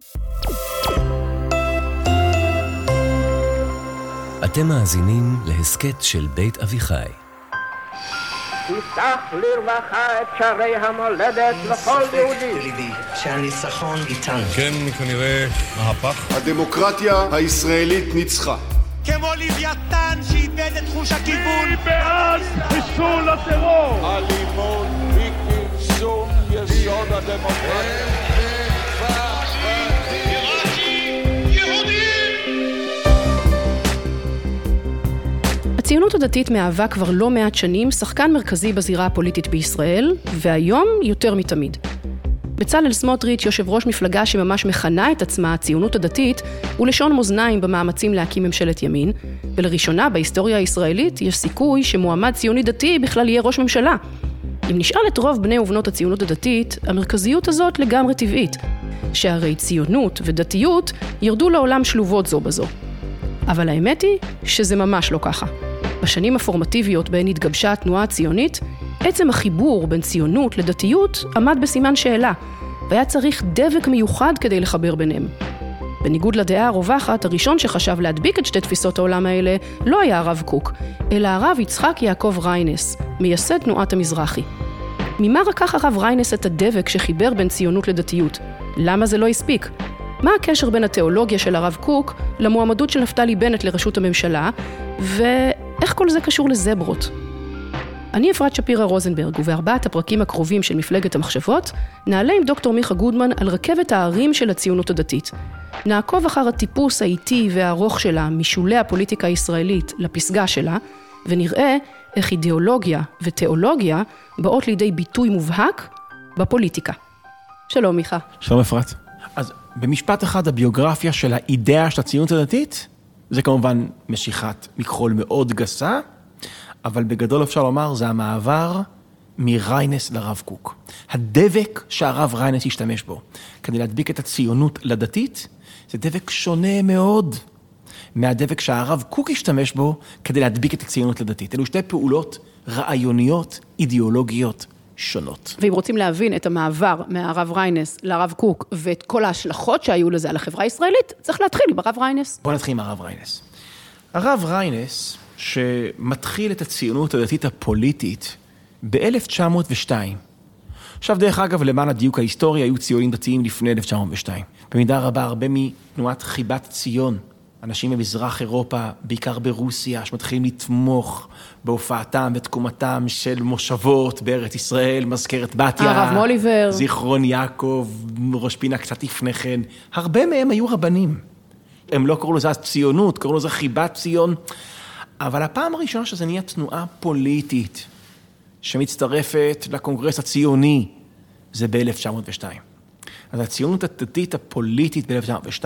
אתם מאזינים להסכת של בית אביחי. תפתח לרווחה את שערי המולדת לכל יהודי. שהניצחון איתנו. כן, כנראה מהפך. הדמוקרטיה הישראלית ניצחה. כמו לוויתן שאיבד את חוש הכיוון. מי בעד חיסול הטרור? אלימות היא כרסום יסוד הדמוקרטיה. הציונות הדתית מהווה כבר לא מעט שנים שחקן מרכזי בזירה הפוליטית בישראל, והיום יותר מתמיד. בצלאל סמוטריץ', יושב ראש מפלגה שממש מכנה את עצמה הציונות הדתית, הוא לשון מאזניים במאמצים להקים ממשלת ימין, ולראשונה בהיסטוריה הישראלית יש סיכוי שמועמד ציוני דתי בכלל יהיה ראש ממשלה. אם נשאל את רוב בני ובנות הציונות הדתית, המרכזיות הזאת לגמרי טבעית, שהרי ציונות ודתיות ירדו לעולם שלובות זו בזו. אבל האמת היא שזה ממש לא ככה. בשנים הפורמטיביות בהן התגבשה התנועה הציונית, עצם החיבור בין ציונות לדתיות עמד בסימן שאלה, והיה צריך דבק מיוחד כדי לחבר ביניהם. בניגוד לדעה הרווחת, הראשון שחשב להדביק את שתי תפיסות העולם האלה לא היה הרב קוק, אלא הרב יצחק יעקב ריינס, מייסד תנועת המזרחי. ממה רקח הרב ריינס את הדבק שחיבר בין ציונות לדתיות? למה זה לא הספיק? מה הקשר בין התיאולוגיה של הרב קוק למועמדות של נפתלי בנט לראשות הממשלה, ואיך כל זה קשור לזברות? אני אפרת שפירה רוזנברג, ובארבעת הפרקים הקרובים של מפלגת המחשבות, נעלה עם דוקטור מיכה גודמן על רכבת הערים של הציונות הדתית. נעקוב אחר הטיפוס האיטי והארוך שלה משולי הפוליטיקה הישראלית לפסגה שלה, ונראה איך אידיאולוגיה ותיאולוגיה באות לידי ביטוי מובהק בפוליטיקה. שלום מיכה. שלום אפרת. אז במשפט אחד, הביוגרפיה של האידאה של הציונות הדתית, זה כמובן משיכת מכחול מאוד גסה, אבל בגדול אפשר לומר, זה המעבר מריינס לרב קוק. הדבק שהרב ריינס השתמש בו, כדי להדביק את הציונות לדתית, זה דבק שונה מאוד מהדבק שהרב קוק השתמש בו, כדי להדביק את הציונות לדתית. אלו שתי פעולות רעיוניות, אידיאולוגיות, שונות. ואם רוצים להבין את המעבר מהרב ריינס לרב קוק, ואת כל ההשלכות שהיו לזה על החברה הישראלית, צריך להתחיל עם הרב ריינס. בוא נתחיל עם הרב ריינס. הרב ריינס, שמתחיל את הציונות הדתית הפוליטית ב-1902. עכשיו, דרך אגב, למען הדיוק ההיסטורי, היו ציונים דתיים לפני 1902. במידה רבה, הרבה מתנועת חיבת ציון, אנשים ממזרח אירופה, בעיקר ברוסיה, שמתחילים לתמוך בהופעתם ותקומתם של מושבות בארץ ישראל, מזכרת בתיה, הרב מוליבר, זיכרון יעקב, ראש פינה קצת לפני כן. הרבה מהם היו רבנים. הם לא קראו לזה ציונות, קראו לזה חיבת ציון. אבל הפעם הראשונה שזה נהיה תנועה פוליטית, שמצטרפת לקונגרס הציוני, זה ב-1902. אז הציונות הדתית הפוליטית ב-1902,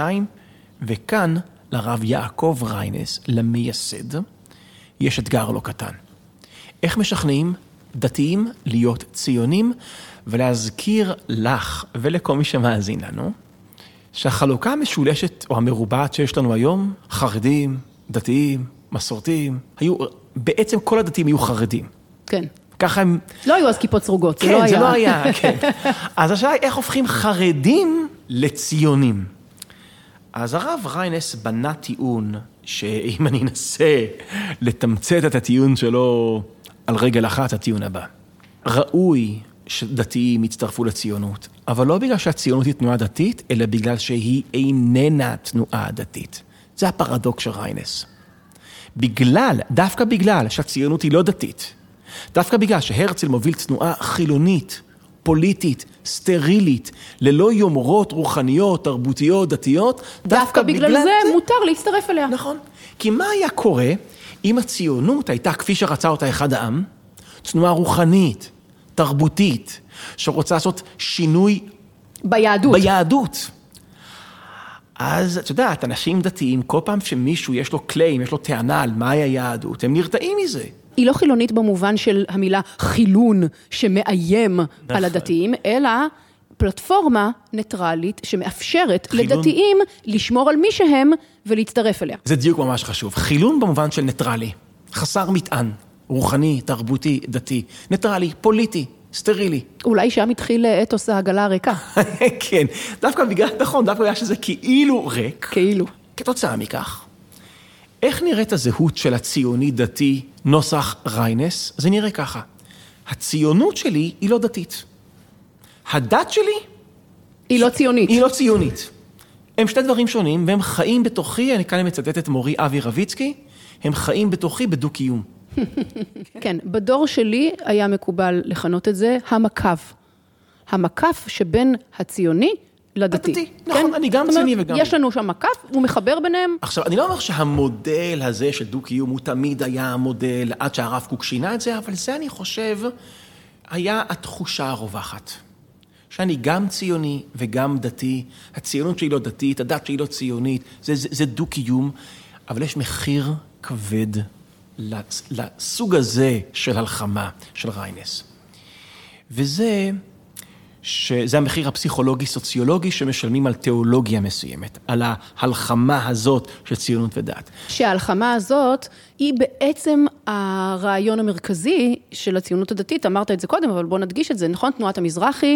וכאן, לרב יעקב ריינס, למייסד, יש אתגר לא קטן. איך משכנעים דתיים להיות ציונים, ולהזכיר לך ולכל מי שמאזין לנו, שהחלוקה המשולשת או המרובעת שיש לנו היום, חרדים, דתיים, מסורתיים, בעצם כל הדתיים היו חרדים. כן. ככה הם... לא היו אז כיפות סרוגות, כן, זה לא היה. זה לא היה, כן. אז השאלה היא איך הופכים חרדים לציונים. אז הרב ריינס בנה טיעון, שאם אני אנסה לתמצת את הטיעון שלו על רגל אחת, הטיעון הבא. ראוי שדתיים יצטרפו לציונות, אבל לא בגלל שהציונות היא תנועה דתית, אלא בגלל שהיא איננה תנועה דתית. זה הפרדוקס של ריינס. דווקא בגלל שהציונות היא לא דתית, דווקא בגלל שהרצל מוביל תנועה חילונית, פוליטית, סטרילית, ללא יומרות רוחניות, תרבותיות, דתיות, דווקא בגלל זה מותר להצטרף אליה. נכון. כי מה היה קורה אם הציונות הייתה, כפי שרצה אותה אחד העם, תנועה רוחנית, תרבותית, שרוצה לעשות שינוי ביהדות. אז את יודעת, אנשים דתיים, כל פעם שמישהו יש לו קליים, יש לו טענה על מהי היהדות, הם נרתעים מזה. היא לא חילונית במובן של המילה חילון שמאיים על הדתיים, אלא פלטפורמה ניטרלית שמאפשרת לדתיים לשמור על מי שהם ולהצטרף אליה. זה דיוק ממש חשוב. חילון במובן של ניטרלי, חסר מטען, רוחני, תרבותי, דתי, ניטרלי, פוליטי. סטרילי. אולי שם התחיל אתוס העגלה הריקה. כן, דווקא בגלל, נכון, דווקא בגלל שזה כאילו ריק. כאילו. כתוצאה מכך. איך נראית הזהות של הציוני דתי נוסח ריינס? זה נראה ככה. הציונות שלי היא לא דתית. הדת שלי היא לא ציונית. היא לא ציונית. הם שתי דברים שונים, והם חיים בתוכי, אני כאן מצטט את מורי אבי רביצקי, הם חיים בתוכי בדו-קיום. כן, בדור שלי היה מקובל לכנות את זה המקף. המקף שבין הציוני לדתי. נכון, אני גם ציוני וגם... יש לנו שם מקף, הוא מחבר ביניהם. עכשיו, אני לא אומר שהמודל הזה של דו-קיום הוא תמיד היה המודל עד שהרב קוק שינה את זה, אבל זה אני חושב היה התחושה הרווחת. שאני גם ציוני וגם דתי, הציונות שלי לא דתית, הדת שלי לא ציונית, זה דו-קיום, אבל יש מחיר כבד לסוג הזה של הלחמה, של ריינס. וזה המחיר הפסיכולוגי-סוציולוגי שמשלמים על תיאולוגיה מסוימת, על ההלחמה הזאת של ציונות ודת. שההלחמה הזאת היא בעצם הרעיון המרכזי של הציונות הדתית, אמרת את זה קודם, אבל בוא נדגיש את זה, נכון? תנועת המזרחי,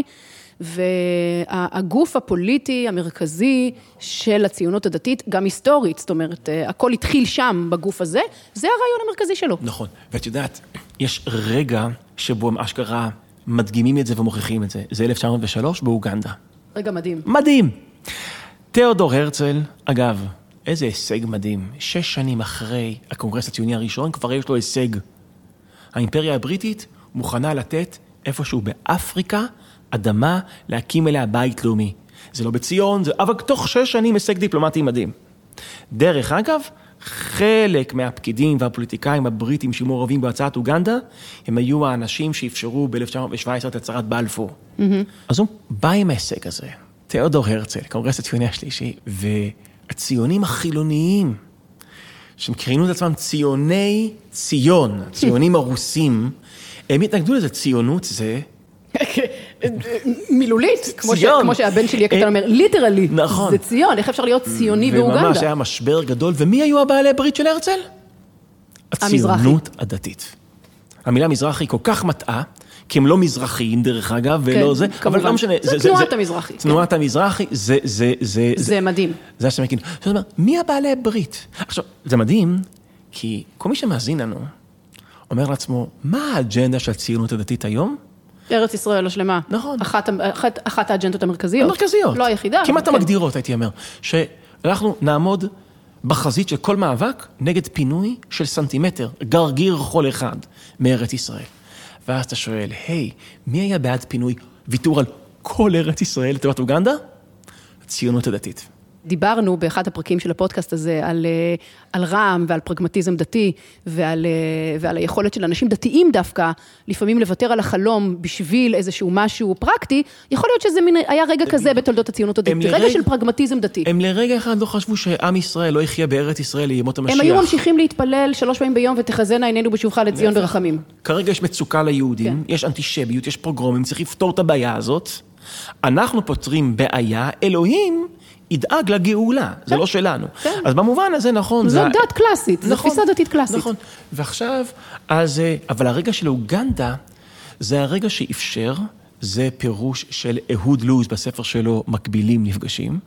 והגוף הפוליטי המרכזי של הציונות הדתית, גם היסטורית, זאת אומרת, הכל התחיל שם בגוף הזה, זה הרעיון המרכזי שלו. נכון, ואת יודעת, יש רגע שבו הם אשכרה מדגימים את זה ומוכיחים את זה. זה 1903 באוגנדה. רגע מדהים. מדהים. תיאודור הרצל, אגב, איזה הישג מדהים. 6 שנים אחרי הקונגרס הציוני הראשון, כבר יש לו הישג. האימפריה הבריטית מוכנה לתת איפשהו באפריקה, אדמה להקים אליה בית לאומי. זה לא בציון, אבל תוך 6 שנים הישג דיפלומטי מדהים. דרך אגב, חלק מהפקידים והפוליטיקאים הבריטים שמעורבים בהצעת אוגנדה, הם היו האנשים שאפשרו ב-1917 את הצהרת בלפור. אז הוא בא עם ההישג הזה, תיאודור הרצל, קונגרס הציוני השלישי, והציונים החילוניים, שמקרינו את עצמם ציוני ציון, ציונים הרוסים, הם התנגדו לזה, ציונות זה... מילולית, כמו שהבן שלי הקטן אומר, ליטרלי, זה ציון, איך אפשר להיות ציוני באוגנדה? וממש היה משבר גדול, ומי היו הבעלי הברית של הרצל? הציונות הדתית. המילה מזרחי כל כך מטעה, כי הם לא מזרחיים דרך אגב, ולא זה, אבל לא משנה. זה תנועת המזרחי. תנועת המזרחי, זה מדהים. זה שאתה מכיר. זאת אומרת, מי הבעלי הברית? עכשיו, זה מדהים, כי כל מי שמאזין לנו, אומר לעצמו, מה האג'נדה של הציונות הדתית היום? ארץ ישראל השלמה. נכון. אחת האג'נדות המרכזיות. המרכזיות. לא היחידה. כמעט המגדירות, הייתי אומר. שאנחנו נעמוד בחזית של כל מאבק נגד פינוי של סנטימטר, גרגיר חול אחד מארץ ישראל. ואז אתה שואל, היי, מי היה בעד פינוי ויתור על כל ארץ ישראל לטובת אוגנדה? הציונות הדתית. דיברנו באחד הפרקים של הפודקאסט הזה על רעם ועל פרגמטיזם דתי ועל היכולת של אנשים דתיים דווקא, לפעמים לוותר על החלום בשביל איזשהו משהו פרקטי, יכול להיות שזה היה רגע כזה בתולדות הציונות הדתית, רגע של פרגמטיזם דתי. הם לרגע אחד לא חשבו שעם ישראל לא יחיה בארץ ישראל לימות המשיח. הם היו ממשיכים להתפלל 3 פעמים ביום ותחזינה עינינו בשובך לציון ברחמים. כרגע יש מצוקה ליהודים, יש אנטישמיות, יש פוגרומים, צריך לפתור את הבעיה הזאת. אנחנו פותרים בעיה, אלוהים ידאג לגאולה, זה לא שלנו. אז במובן הזה, נכון. זו דת קלאסית, זו תפיסה דתית קלאסית. נכון, ועכשיו, אבל הרגע של אוגנדה, זה הרגע שאפשר, זה פירוש של אהוד לוז בספר שלו, מקבילים נפגשים,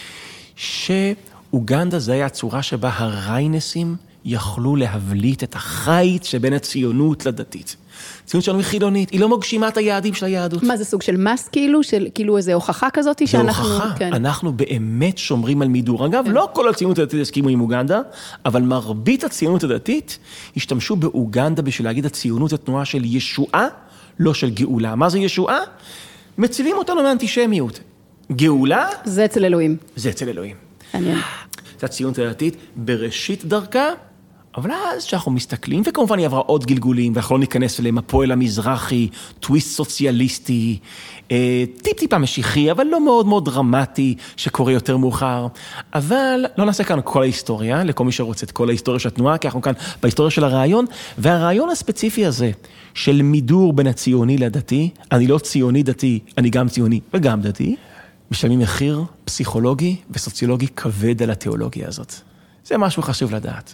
שאוגנדה זה היה הצורה שבה הריינסים יכלו להבליט את החיץ שבין הציונות לדתית. ציונות שלנו היא חילונית, היא לא מגשימה את היעדים של היהדות. מה זה סוג של מס כאילו איזו הוכחה כזאת שאנחנו... זה הוכחה, אנחנו באמת שומרים על מידור. אגב, לא כל הציונות הדתית הסכימו עם אוגנדה, אבל מרבית הציונות הדתית השתמשו באוגנדה בשביל להגיד הציונות התנועה של ישועה, לא של גאולה. מה זה ישועה? מצילים אותנו מאנטישמיות. גאולה? זה אצל אלוהים. זה אצל אלוהים. מעניין. זה הציונות הדתית בראשית דרכה, אבל אז שאנחנו מסתכלים, וכמובן היא עברה עוד גלגולים, ואנחנו לא ניכנס אליהם, הפועל המזרחי, טוויסט סוציאליסטי, טיפ-טיפה משיחי, אבל לא מאוד מאוד דרמטי, שקורה יותר מאוחר. אבל לא נעשה כאן כל ההיסטוריה, לכל מי שרוצה את כל ההיסטוריה של התנועה, כי אנחנו כאן בהיסטוריה של הרעיון, והרעיון הספציפי הזה, של מידור בין הציוני לדתי, אני לא ציוני דתי, אני גם ציוני וגם דתי, משלמים מחיר פסיכולוגי וסוציולוגי כבד על התיאולוגיה הזאת. זה משהו חשוב לדעת.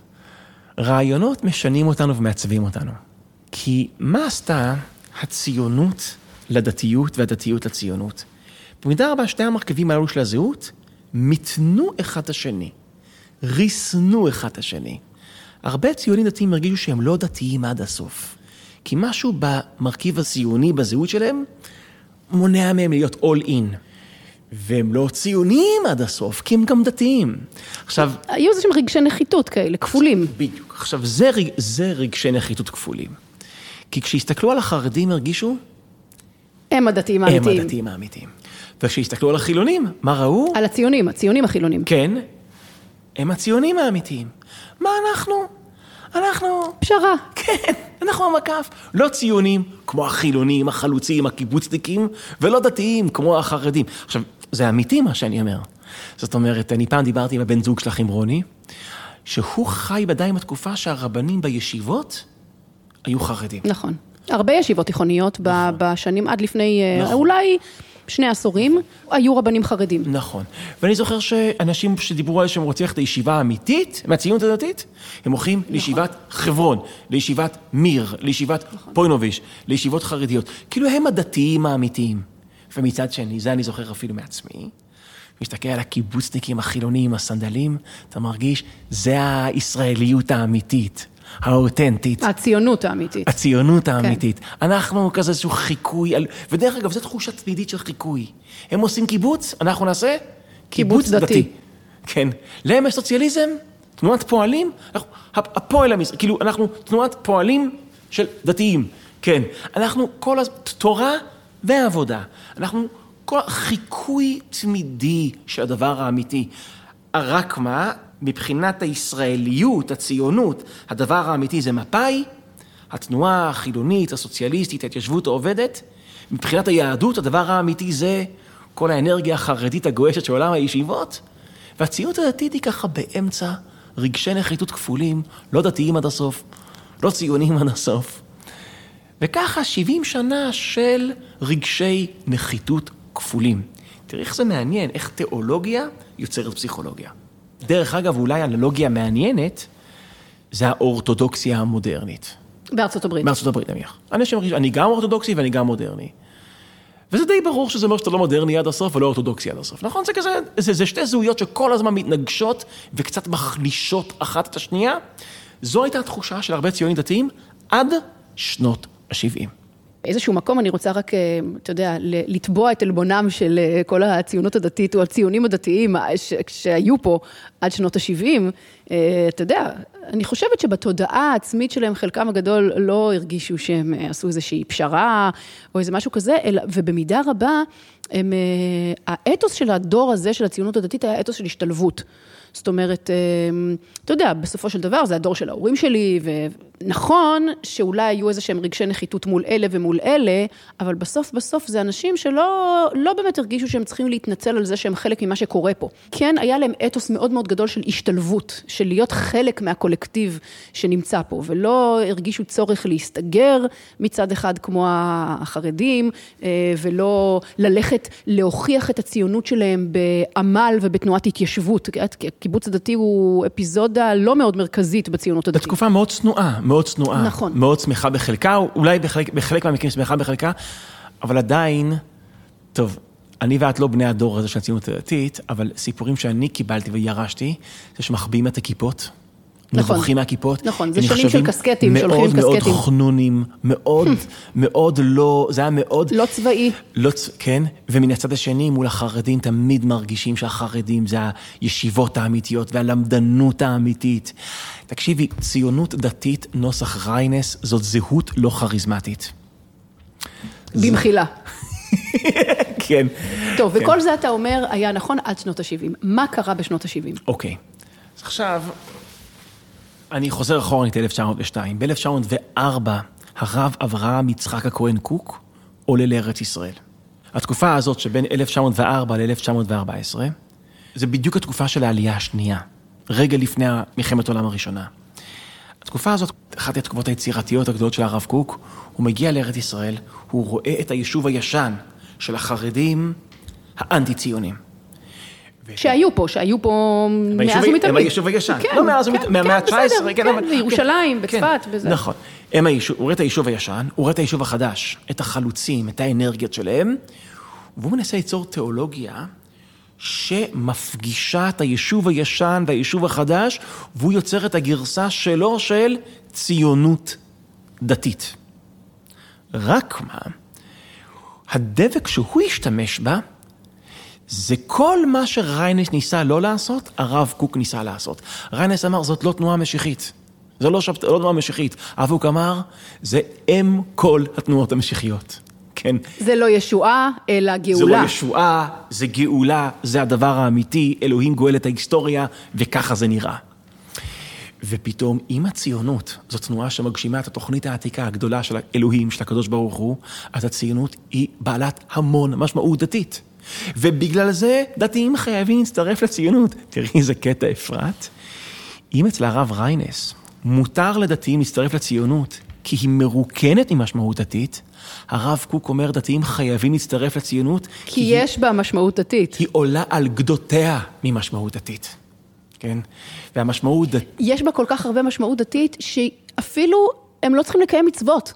רעיונות משנים אותנו ומעצבים אותנו. כי מה עשתה הציונות לדתיות והדתיות לציונות. במידה רבה, שתי המרכיבים האלו של הזהות, מתנו אחד השני, ריסנו אחד השני. הרבה ציונים דתיים הרגישו שהם לא דתיים עד הסוף. כי משהו במרכיב הציוני, בזהות שלהם, מונע מהם להיות all in. והם לא ציונים עד הסוף, כי הם גם דתיים. עכשיו... היו איזה שם רגשי נחיתות כאלה, כפולים. בדיוק. עכשיו, זה רגשי נחיתות כפולים. כי כשהסתכלו על החרדים, הרגישו... הם הדתיים האמיתיים. הם הדתיים האמיתיים. וכשהסתכלו על החילונים, מה ראו? על הציונים החילונים. כן, הם הציונים האמיתיים. מה אנחנו? פשרה. כן, אנחנו המקף. לא ציונים כמו החילונים, החלוצים, הקיבוצניקים, ולא דתיים כמו החרדים. עכשיו, זה אמיתי מה שאני אומר. זאת אומרת, אני פעם דיברתי עם הבן זוג שלך עם רוני, שהוא חי בדי עם התקופה שהרבנים בישיבות היו חרדים. נכון. הרבה ישיבות תיכוניות בשנים עד לפני אולי 2 עשורים, היו רבנים חרדים. נכון. ואני זוכר שאנשים שדיברו על שהם רוצים ללכת לישיבה האמיתית, מהציונות הדתית, הם הולכים לישיבת חברון, לישיבת מיר, לישיבת פוינוביש, לישיבות חרדיות. כאילו הם הדתיים האמיתיים. ומצד שני, זה אני זוכר אפילו מעצמי, מסתכל על הקיבוצניקים החילוניים, הסנדלים, אתה מרגיש, זה הישראליות האמיתית. האותנטית. הציונות האמיתית. הציונות האמיתית. כן. אנחנו כזה איזשהו חיקוי, דרך אגב, זו תחושה תמידית של חיקוי. הם עושים קיבוץ, אנחנו נעשה קיבוץ דתי. כן. להם יש סוציאליזם, תנועת פועלים, הפועל המזרח, כאילו אנחנו תנועת פועלים של דתיים. כן. אנחנו כל התורה והעבודה. אנחנו כל חיקוי תמידי של הדבר האמיתי. רק מה? מבחינת הישראליות, הציונות, הדבר האמיתי זה מפאי, התנועה החילונית, הסוציאליסטית, ההתיישבות העובדת. מבחינת היהדות, הדבר האמיתי זה כל האנרגיה החרדית הגואשת של עולם הישיבות. והציונות הדתית היא ככה באמצע רגשי נחיתות כפולים, לא דתיים עד הסוף, לא ציונים עד הסוף. וככה 70 שנה של רגשי נחיתות כפולים. תראי איך זה מעניין, איך תיאולוגיה יוצרת פסיכולוגיה. דרך אגב, אולי אנלוגיה מעניינת, זה האורתודוקסיה המודרנית. בארצות הברית. בארצות הברית, נניח. אני גם אורתודוקסי ואני גם מודרני. וזה די ברור שזה אומר שאתה לא מודרני עד הסוף ולא אורתודוקסי עד הסוף. נכון? זה כזה, זה שתי זהויות שכל הזמן מתנגשות וקצת מחלישות אחת את השנייה. זו הייתה התחושה של הרבה ציונים דתיים עד שנות ה-70. באיזשהו מקום אני רוצה רק, אתה יודע, לטבוע את אלבונם של כל הציונות הדתית, או הציונים הדתיים שהיו פה עד שנות ה-70, אתה יודע, אני חושבת שבתודעה העצמית שלהם, חלקם הגדול לא הרגישו שהם עשו איזושהי פשרה, או איזה משהו כזה, ובמידה רבה, האתוס של הדור הזה של הציונות הדתית היה אתוס של השתלבות. זאת אומרת, אתה יודע, בסופו של דבר, זה הדור של ההורים שלי, ונכון שאולי היו איזה שהם רגשי נחיתות מול אלה ומול אלה, אבל בסוף זה אנשים שלא באמת הרגישו שהם צריכים להתנצל על זה שהם חלק ממה שקורה פה. כן, היה להם אתוס מאוד מאוד גדול של השתלבות, של להיות חלק מהקולקטיב שנמצא פה, ולא הרגישו צורך להסתגר מצד אחד כמו החרדים, ולא ללכת להוכיח את הציונות שלהם בעמל ובתנועת התיישבות. הקיבוץ הדתי הוא אפיזודה לא מאוד מרכזית בציונות הדתית. בתקופה מאוד צנועה, מאוד צנועה. נכון. מאוד שמחה בחלקה, אולי בחלק מהמקרים שמחה בחלקה, אבל עדיין, טוב, אני ואת לא בני הדור הזה של הציונות הדתית, אבל סיפורים שאני קיבלתי וירשתי, זה שמחביאים את הכיפות, מבורחים מהכיפות. נכון, זה שנים של קסקטים, שהולכים עם קסקטים. מאוד מאוד חנונים, מאוד לא, זה היה מאוד... לא צבאי. כן, ומן הצד השני, מול החרדים, תמיד מרגישים שהחרדים זה הישיבות האמיתיות והלמדנות האמיתית. תקשיבי, ציונות דתית, נוסח ריינס, זאת זהות לא כריזמטית. במחילה. כן. טוב, וכל זה אתה אומר, היה נכון עד שנות ה-70. מה קרה בשנות ה-70? אוקיי. אז עכשיו... אני חוזר אחורנית 1902. ב-1904, הרב אברהם יצחק הכהן קוק עולה לארץ ישראל. התקופה הזאת שבין 1904 ל-1914, זה בדיוק התקופה של העלייה השנייה, רגע לפני מלחמת העולם הראשונה. התקופה הזאת, אחת התקופות היצירתיות הגדולות של הרב קוק, הוא מגיע לארץ ישראל, הוא רואה את היישוב הישן של החרדים האנטי-ציונים. שהיו פה מאז ומתמיד. הם היישוב הישן. לא מאז ומתמיד, מהמאה ה-19. כן, בירושלים, בצפת. נכון. הוא רואה את היישוב הישן, הוא רואה את היישוב החדש, את החלוצים, את האנרגיות שלהם, והוא מנסה ליצור תיאולוגיה שמפגישה את היישוב הישן והיישוב החדש, והוא יוצר את הגרסה שלו של ציונות דתית. רק מה, הדבק שהוא השתמש בה, זה כל מה שריינס ניסה לא לעשות, הרב קוק ניסה לעשות. ריינס אמר, זאת לא תנועה משיחית. זה לא תנועה משיחית. הרב קוק אמר, זה אם כל התנועות המשיחיות. כן. זה לא ישועה, אלא גאולה. זה לא ישועה, זה גאולה, זה הדבר האמיתי, אלוהים גואל את ההיסטוריה, וככה זה נראה. ופתאום, עם הציונות, זו תנועה שמגשימה את התוכנית העתיקה הגדולה של האלוהים, של הקדוש ברוך הוא, אז הציונות היא בעלת המון משמעות דתית. ובגלל זה דתיים חייבים להצטרף לציונות. תראי איזה קטע אפרת. אם אצל הרב ריינס מותר לדתיים להצטרף לציונות, כי היא מרוקנת ממשמעות דתית, הרב קוק אומר דתיים חייבים להצטרף לציונות, כי יש בה משמעות דתית. היא עולה על גדותיה ממשמעות דתית. כן? והמשמעות יש בה כל כך הרבה משמעות דתית, שאפילו הם לא צריכים לקיים מצוות.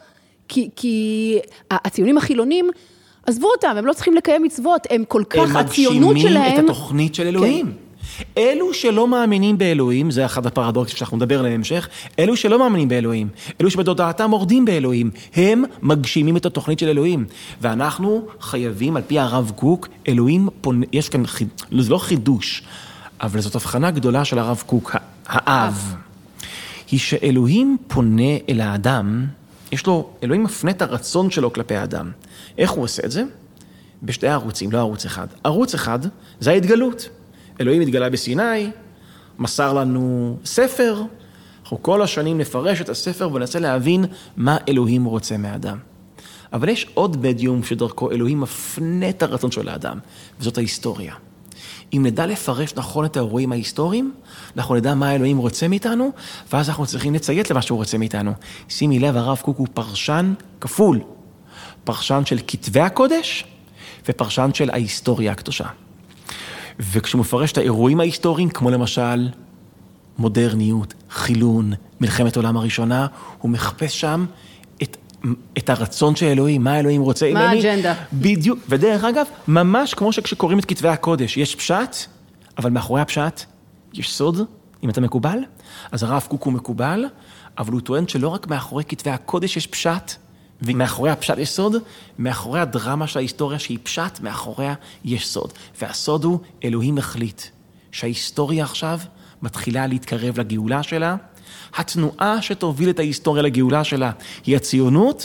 כי הציונים החילונים, עזבו אותם, הם לא צריכים לקיים מצוות, הם כל כך, הציונות שלהם... הם מגשימים את התוכנית של אלוהים. כן. אלו שלא מאמינים באלוהים, זה אחד הפרדוקסים שאנחנו נדבר עליהם בהמשך, אלו שלא מאמינים באלוהים, אלו שבתודעתם מורדים באלוהים, הם מגשימים את התוכנית של אלוהים. ואנחנו חייבים, על פי הרב קוק, אלוהים פונה, יש כאן, זה לא חידוש, אבל זאת הבחנה גדולה של הרב קוק, האב, היא שאלוהים פונה אל האדם, יש לו, אלוהים מפנה את הרצון שלו כלפי האדם. איך הוא עושה את זה? בשתי ערוצים, לא ערוץ אחד. ערוץ אחד זה ההתגלות. אלוהים התגלה בסיני, מסר לנו ספר, אנחנו כל השנים נפרש את הספר וננסה להבין מה אלוהים רוצה מהאדם. אבל יש עוד מדיום שדרכו אלוהים מפנה את הרצון של האדם, וזאת ההיסטוריה. אם נדע לפרש נכון את האירועים ההיסטוריים, אנחנו נדע מה אלוהים רוצה מאיתנו, ואז אנחנו צריכים לציית למה שהוא רוצה מאיתנו. שימי לב, הרב קוק הוא פרשן כפול. פרשן של כתבי הקודש, ופרשן של ההיסטוריה הקדושה. וכשהוא מפרש את האירועים ההיסטוריים, כמו למשל מודרניות, חילון, מלחמת העולם הראשונה, הוא מחפש שם את הרצון של אלוהים, מה אלוהים רוצה. מה האג'נדה? בדיוק, ודרך אגב, ממש כמו שכשקוראים את כתבי הקודש, יש פשט, אבל מאחורי הפשט יש סוד, אם אתה מקובל. אז הרב קוק הוא מקובל, אבל הוא טוען שלא רק מאחורי כתבי הקודש יש פשט, ומאחורי הפשט יש סוד, מאחורי הדרמה של ההיסטוריה שהיא פשט, מאחוריה יש סוד. והסוד הוא, אלוהים החליט שההיסטוריה עכשיו מתחילה להתקרב לגאולה שלה, התנועה שתוביל את ההיסטוריה לגאולה שלה היא הציונות,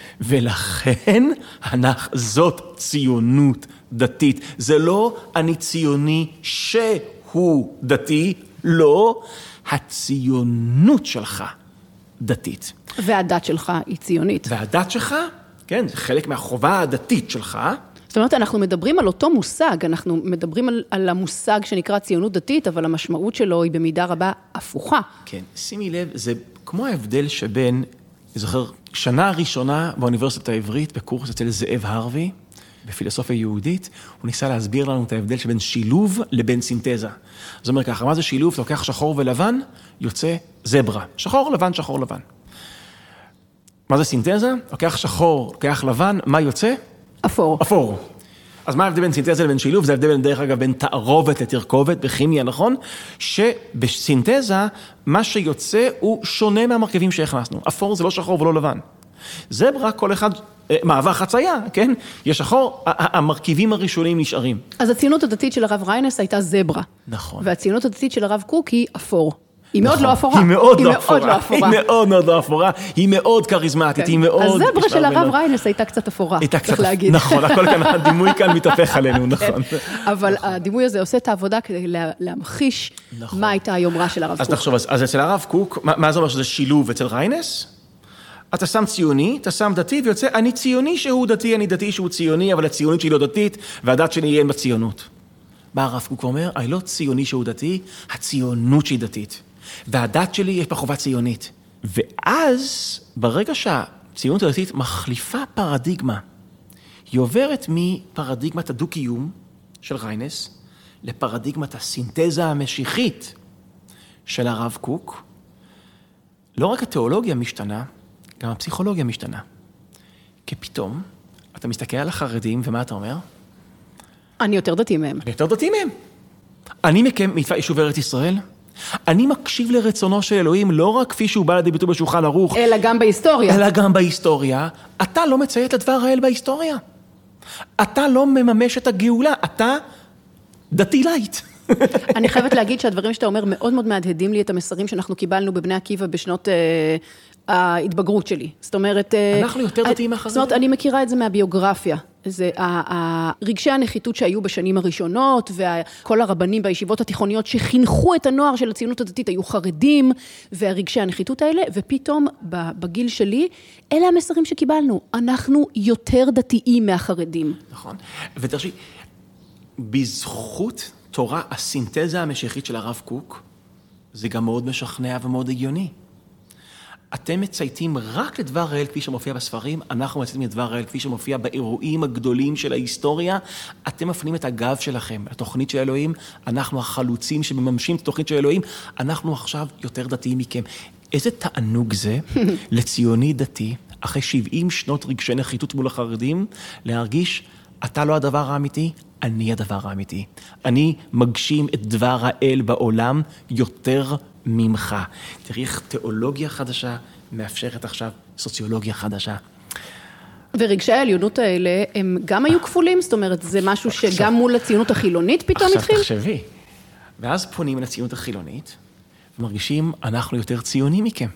ולכן זאת ציונות דתית. זה לא אני ציוני שהוא דתי, לא, הציונות שלך דתית. והדת שלך היא ציונית. והדת שלך, כן, זה חלק מהחובה הדתית שלך. זאת אומרת, אנחנו מדברים על אותו מושג, אנחנו מדברים על המושג שנקרא ציונות דתית, אבל המשמעות שלו היא במידה רבה הפוכה. כן, שימי לב, זה כמו ההבדל שבין, אני זוכר, שנה ראשונה באוניברסיטה העברית, בקורס אצל זאב הרווי, בפילוסופיה יהודית, הוא ניסה להסביר לנו את ההבדל שבין שילוב לבין סינתזה. זאת אומרת ככה, מה זה שילוב? אתה לוקח שחור ולבן, יוצא זברה. שחור, לבן, שחור, לבן. מה זה סינתזה? לוקח שחור, לוקח לבן, מה יוצא? אפור. אפור. אז מה ההבדל בין סינתזה לבין שילוב? זה ההבדל בין דרך אגב בין תערובת לתרכובת בכימיה, נכון? שבסינתזה מה שיוצא הוא שונה מהמרכיבים שהכנסנו. אפור זה לא שחור ולא לבן. זברה כל אחד, מעבר חצייה, כן? יש שחור, המרכיבים הראשונים נשארים. אז הציונות הדתית של הרב ריינס הייתה זברה. נכון. והציונות הדתית של הרב קוק היא אפור. היא מאוד לא אפורה. היא מאוד לא אפורה. היא מאוד מאוד לא אפורה. היא מאוד קריזמטית, היא מאוד... הזברה של הרב ריינס הייתה קצת אפורה, צריך להגיד. נכון, הכל כאן, הדימוי כאן מתהפך עלינו, נכון. אבל הדימוי הזה עושה את העבודה כדי להמחיש מה הייתה היומרה של הרב קוק. אז תחשוב, אז אצל הרב קוק, מה זה אומר שזה שילוב אצל ריינס? אתה שם ציוני, אתה שם דתי, ויוצא, אני ציוני שהוא דתי, אני דתי שהוא ציוני, אבל הציונית שלי לא דתית, והדת שלי יהיה בציונות. בא הרב קוק ואומר, אני לא ציוני שהוא דתי, הציונות שהיא דתית. והדת שלי יש בה חובה ציונית. ואז, ברגע שהציונות הדתית מחליפה פרדיגמה, היא עוברת מפרדיגמת הדו-קיום של ריינס, לפרדיגמת הסינתזה המשיחית של הרב קוק. לא רק התיאולוגיה משתנה, גם הפסיכולוגיה משתנה. כי פתאום, אתה מסתכל על החרדים, ומה אתה אומר? אני יותר דתי מהם. אני יותר דתי מהם. אני מקיים מצוות יישוב ארץ ישראל. אני מקשיב לרצונו של אלוהים, לא רק כפי שהוא בא לידי ביטוי בשולחן ערוך. אלא גם בהיסטוריה. אלא גם בהיסטוריה. אתה לא מציית לדבר האל בהיסטוריה. אתה לא מממש את הגאולה. אתה דתי לייט. אני חייבת להגיד שהדברים שאתה אומר מאוד מאוד מהדהדים לי את המסרים שאנחנו קיבלנו בבני עקיבא בשנות ההתבגרות שלי. זאת אומרת... אנחנו יותר דתיים מאחרים. זאת אומרת, אני מכירה את זה מהביוגרפיה. זה רגשי הנחיתות שהיו בשנים הראשונות, וכל הרבנים בישיבות התיכוניות שחינכו את הנוער של הציונות הדתית היו חרדים, והרגשי הנחיתות האלה, ופתאום בגיל שלי, אלה המסרים שקיבלנו. אנחנו יותר דתיים מהחרדים. נכון. ותרשי, בזכות תורה, הסינתזה המשיחית של הרב קוק, זה גם מאוד משכנע ומאוד הגיוני. אתם מצייתים רק לדבר האל כפי שמופיע בספרים, אנחנו מצייתים לדבר האל כפי שמופיע באירועים הגדולים של ההיסטוריה, אתם מפנים את הגב שלכם, התוכנית של אלוהים, אנחנו החלוצים שמממשים את התוכנית של אלוהים, אנחנו עכשיו יותר דתיים מכם. איזה תענוג זה לציוני דתי, אחרי 70 שנות רגשי נחיתות מול החרדים, להרגיש, אתה לא הדבר האמיתי, אני הדבר האמיתי. אני מגשים את דבר האל בעולם יותר ממך. תראי איך תיאולוגיה חדשה מאפשרת עכשיו סוציולוגיה חדשה. ורגשי העליונות האלה, הם גם היו כפולים? זאת אומרת, זה משהו שגם מול הציונות החילונית פתאום התחיל? עכשיו תחשבי. ואז פונים לציונות החילונית, ומרגישים, אנחנו יותר ציונים מכם.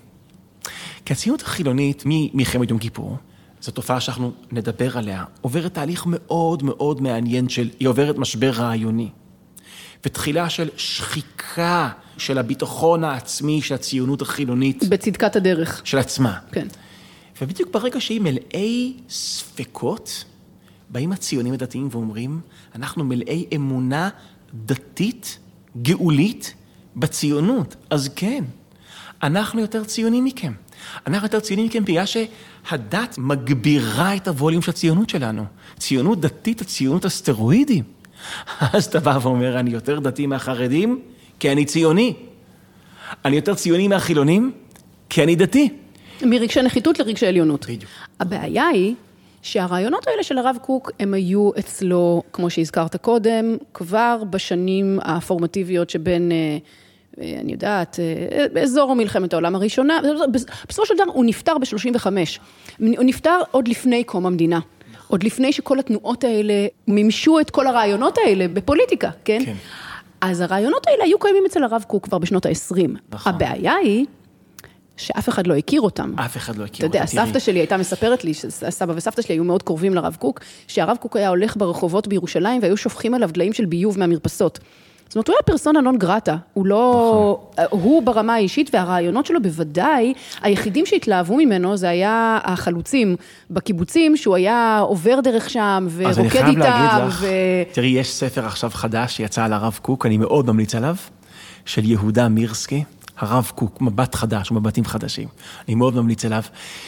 כי הציונות החילונית, ממלחמת יום כיפור, זו תופעה שאנחנו נדבר עליה, עוברת תהליך מאוד מאוד מעניין היא עוברת משבר רעיוני. ותחילה של שחיקה של הביטחון העצמי של הציונות החילונית. בצדקת הדרך. של עצמה. כן. ובדיוק ברגע שהיא מלאי ספקות, באים הציונים הדתיים ואומרים, אנחנו מלאי אמונה דתית, גאולית, בציונות. אז כן, אנחנו יותר ציונים מכם. אנחנו יותר ציונים מכם בגלל שהדת מגבירה את הווליום של הציונות שלנו. ציונות דתית, הציונות הסטרואידים. אז אתה בא ואומר, אני יותר דתי מהחרדים, כי אני ציוני. אני יותר ציוני מהחילונים, כי אני דתי. מרגשי נחיתות לרגשי עליונות. בדיוק. הבעיה היא שהרעיונות האלה של הרב קוק, הם היו אצלו, כמו שהזכרת קודם, כבר בשנים הפורמטיביות שבין, אני יודעת, באזור מלחמת העולם הראשונה, בסופו של דבר הוא נפטר ב-35. הוא נפטר עוד לפני קום המדינה. עוד לפני שכל התנועות האלה מימשו את כל הרעיונות האלה בפוליטיקה, כן? כן. אז הרעיונות האלה היו קיימים אצל הרב קוק כבר בשנות ה-20. נכון. הבעיה היא שאף אחד לא הכיר אותם. אף אחד לא הכיר אותם. אתה יודע, הסבתא שלי הייתה מספרת לי, סבא וסבתא שלי היו מאוד קרובים לרב קוק, שהרב קוק היה הולך ברחובות בירושלים, והיו שופכים עליו דליים של ביוב מהמרפסות. זאת אומרת, הוא היה פרסונה נון גרטה, הוא לא, הוא ברמה האישית, והרעיונות שלו בוודאי, היחידים שהתלהבו ממנו, זה היה החלוצים בקיבוצים, שהוא היה עובר דרך שם, ורוקד איתם. אז אני חייב להגיד לך, תראי, יש ספר עכשיו חדש, שיצא על הרב קוק, אני מאוד ממליץ עליו, של יהודה מירסקי, הרב קוק, מבט חדש, מבטים חדשים. אני מאוד ממליץ עליו.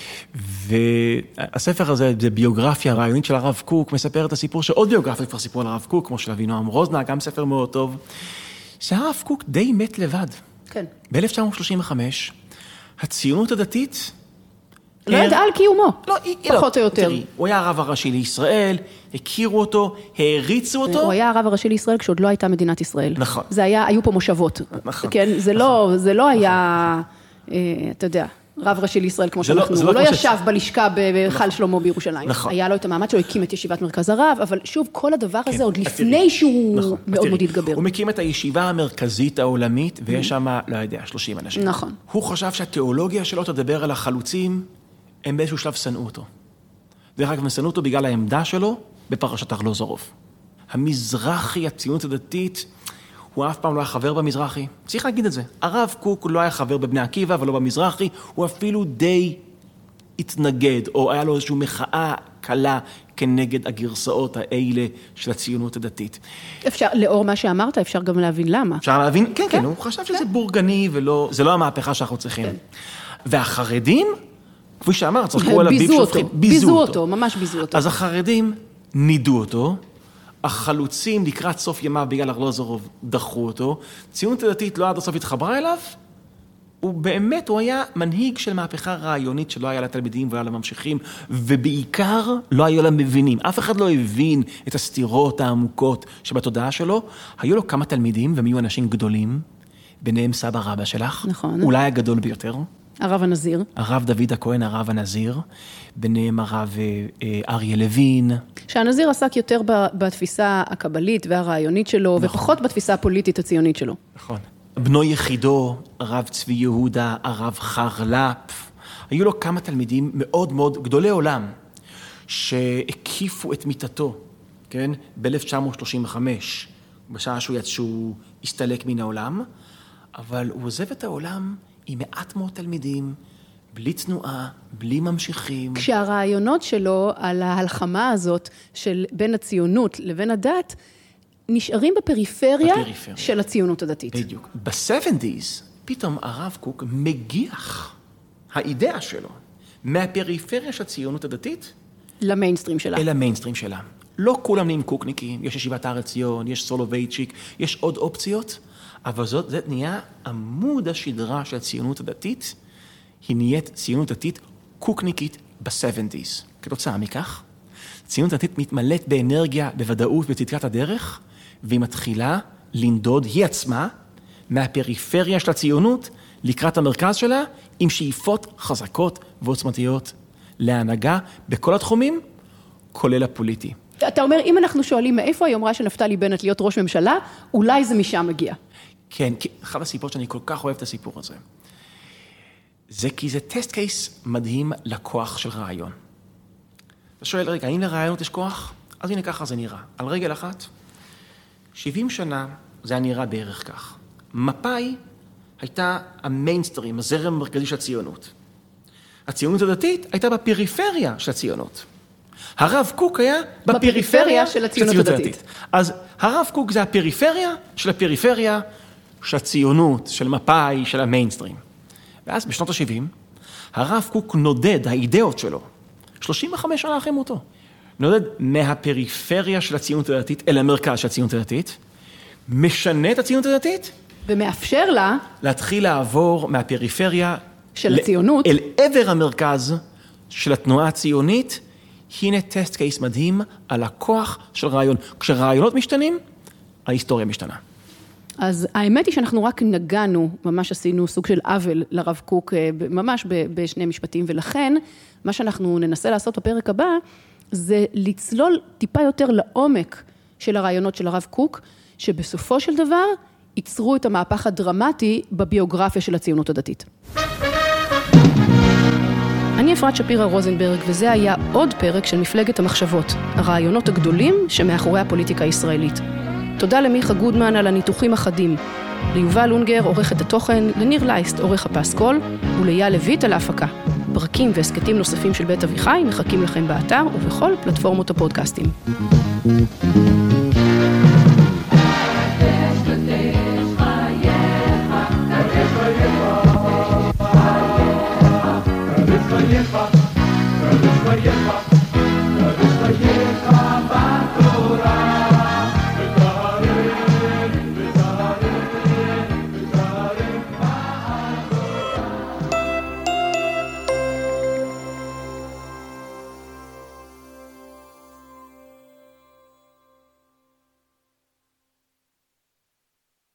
והספר הזה, זה ביוגרפיה הרעיונית של הרב קוק, מספר את הסיפור שעוד ביוגרפיה כבר סיפור על הרב קוק, כמו של אבינועם רוזנר, גם ספר מאוד טוב, שהרב קוק די מת לבד. כן. ב-1935, הציונות הדתית... לא ידעה על קיומו, פחות או יותר. תראי, הוא היה הרב הראשי לישראל, הכירו אותו, העריצו אותו. הוא היה הרב הראשי לישראל כשעוד לא הייתה מדינת ישראל. נכון. זה היה, היו פה מושבות. נכון. כן, זה לא היה, אתה יודע, רב ראשי לישראל כמו שאנחנו, הוא לא ישב בלשכה בחל שלמה בירושלים. נכון. היה לו את המעמד שהוא הקים את ישיבת מרכז הרב, אבל שוב, כל הדבר הזה עוד לפני שהוא מאוד מאוד התגבר. הוא מקים את הישיבה המרכזית העולמית, ויש שם, לא יודע, 30 אנשים. נכון. הוא חשב שהתיאולוגיה שלו תדבר על החלוצים, הם באיזשהו שלב שנאו אותו. דרך אגב, הם שנאו אותו בגלל העמדה שלו בפרשת ארלוזורוב. המזרחי, הציונות הדתית, הוא אף פעם לא היה חבר במזרחי. צריך להגיד את זה. הרב קוק לא היה חבר בבני עקיבא ולא במזרחי, הוא אפילו די התנגד, או היה לו איזושהי מחאה קלה כנגד הגרסאות האלה של הציונות הדתית. אפשר, לאור מה שאמרת, אפשר גם להבין למה. אפשר להבין, כן, כן, הוא חשב שזה בורגני ולא, זה לא המהפכה שאנחנו צריכים. והחרדים, כפי שאמר, צחקו על הביב שופכים. ביזו אותו, ממש ביזו אותו. אז החרדים נידו אותו, החלוצים לקראת סוף ימיו בגלל ארלוזורוב דחו אותו, ציונות הדתית לא עד הסוף התחברה אליו, באמת, הוא היה מנהיג של מהפכה רעיונית שלא היה לתלמידים והיה לממשיכים, ובעיקר לא היה למבינים. אף אחד לא הבין את הסתירות העמוקות שבתודעה שלו. היו לו כמה תלמידים, והם היו אנשים גדולים, ביניהם סבא רבא שלך. נכון. אולי הגדול ביותר. הרב הנזיר. הרב דוד הכהן, הרב הנזיר. ביניהם הרב אריה לוין. שהנזיר עסק יותר בתפיסה הקבלית והרעיונית שלו, נכון. ופחות בתפיסה הפוליטית הציונית שלו. נכון. בנו יחידו, הרב צבי יהודה, הרב חרל"פ, היו לו כמה תלמידים מאוד מאוד גדולי עולם, שהקיפו את מיטתו, כן? ב-1935, בשעה שהוא הסתלק מן העולם, אבל הוא עוזב את העולם עם מעט מאוד תלמידים, בלי תנועה, בלי ממשיכים. כשהרעיונות שלו על ההלחמה הזאת של בין הציונות לבין הדת, נשארים בפריפריה של הציונות הדתית. בדיוק. ב-70s, פתאום הרב קוק מגיח האידאה שלו מהפריפריה של הציונות הדתית למיינסטרים שלה. אל המיינסטרים שלה. לא כולם נהיים קוקניקים, יש ישיבת הר עציון, יש סולובייצ'יק, יש עוד אופציות, אבל זה נהיה עמוד השדרה של הציונות הדתית, היא נהיית ציונות דתית קוקניקית ב-70s. כתוצאה מכך, ציונות דתית מתמלאת באנרגיה, בוודאות, בצדקת הדרך, והיא מתחילה לנדוד, היא עצמה, מהפריפריה של הציונות, לקראת המרכז שלה, עם שאיפות חזקות ועוצמתיות להנהגה בכל התחומים, כולל הפוליטי. אתה אומר, אם אנחנו שואלים מאיפה היא אמרה שנפתלי בנט להיות ראש ממשלה, אולי זה משם מגיע. כן, אחד הסיפורות שאני כל כך אוהב את הסיפור הזה, זה כי זה טסט קייס מדהים לכוח של רעיון. אתה שואל, רגע, האם לרעיונות יש כוח? אז הנה ככה זה נראה. על רגל אחת, 70 שנה זה היה נראה בערך כך. מפא"י הייתה המיינסטרים, הזרם המרכזי של הציונות. הציונות הדתית הייתה בפריפריה של הציונות. הרב קוק היה בפריפריה של הציונות הדתית. אז הרב קוק זה הפריפריה של הפריפריה של הציונות, של מפא"י, של המיינסטרים. ואז בשנות ה-70, הרב קוק נודד, האידאות שלו, 35 שנה אחרי מותו, נודד מהפריפריה של הציונות הדתית אל המרכז של הציונות הדתית, משנה את הציונות הדתית, ומאפשר לה להתחיל לעבור מהפריפריה של הציונות אל עבר המרכז של התנועה הציונית. הנה טסט קייס מדהים על הכוח של רעיון. כשרעיונות משתנים, ההיסטוריה משתנה. אז האמת היא שאנחנו רק נגענו, ממש עשינו סוג של עוול לרב קוק, ממש בשני משפטים, ולכן מה שאנחנו ננסה לעשות בפרק הבא, זה לצלול טיפה יותר לעומק של הרעיונות של הרב קוק, שבסופו של דבר ייצרו את המהפך הדרמטי בביוגרפיה של הציונות הדתית. אני אפרת שפירא רוזנברג, וזה היה עוד פרק של מפלגת המחשבות, הרעיונות הגדולים שמאחורי הפוליטיקה הישראלית. תודה למיכה גודמן על הניתוחים החדים, ליובל אונגר, עורכת התוכן, לניר לייסט, עורך הפסקול, וליה לויט על ההפקה. פרקים והסקטים נוספים של בית אביחי מחכים לכם באתר ובכל פלטפורמות הפודקאסטים. Yepa,